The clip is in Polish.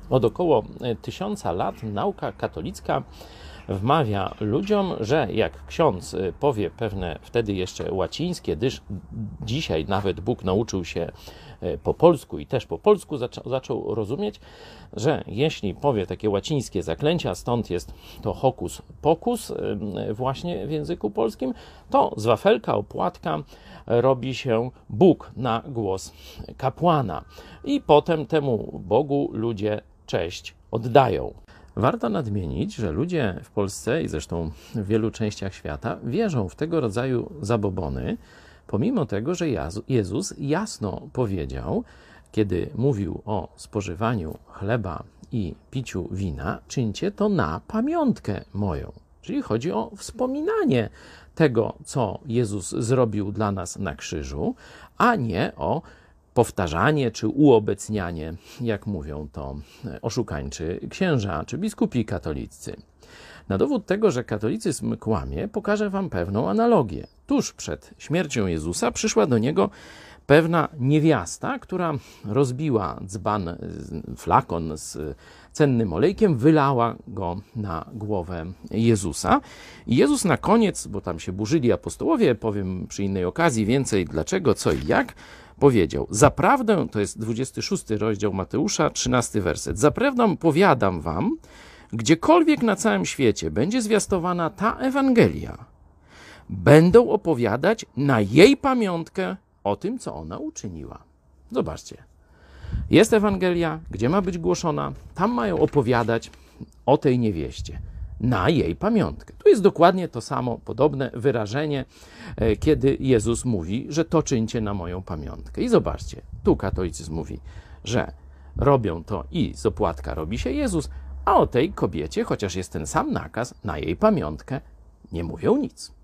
Od około 1000 lat nauka katolicka wmawia ludziom, że jak ksiądz powie pewne wtedy jeszcze łacińskie, gdyż dzisiaj nawet Bóg nauczył się po polsku i też po polsku zaczął rozumieć, że jeśli powie takie łacińskie zaklęcia, stąd jest to hokus pokus właśnie w języku polskim, to z wafelka, opłatka robi się Bóg na głos kapłana i potem temu Bogu ludzie cześć oddają. Warto nadmienić, że ludzie w Polsce i zresztą w wielu częściach świata wierzą w tego rodzaju zabobony, pomimo tego, że Jezus jasno powiedział, kiedy mówił o spożywaniu chleba i piciu wina, czyńcie to na pamiątkę moją. Czyli chodzi o wspominanie tego, co Jezus zrobił dla nas na krzyżu, a nie o powtarzanie czy uobecnianie, jak mówią to oszukańczy księża czy biskupi katolicy. Na dowód tego, że katolicyzm kłamie, pokażę wam pewną analogię. Tuż przed śmiercią Jezusa przyszła do niego pewna niewiasta, która rozbiła dzban, flakon z cennym olejkiem, wylała go na głowę Jezusa. I Jezus na koniec, bo tam się burzyli apostołowie, powiem przy innej okazji więcej dlaczego, co i jak, powiedział: zaprawdę, to jest 26 rozdział Mateusza, 13 werset, zaprawdę powiadam wam, gdziekolwiek na całym świecie będzie zwiastowana ta Ewangelia, będą opowiadać na jej pamiątkę o tym, co ona uczyniła. Zobaczcie, jest Ewangelia, gdzie ma być głoszona, tam mają opowiadać o tej niewieście, na jej pamiątkę. Tu jest dokładnie to samo, podobne wyrażenie, kiedy Jezus mówi, że to czyńcie na moją pamiątkę. I zobaczcie, tu katolicyzm mówi, że robią to i z opłatka robi się Jezus, a o tej kobiecie, chociaż jest ten sam nakaz, na jej pamiątkę nie mówią nic.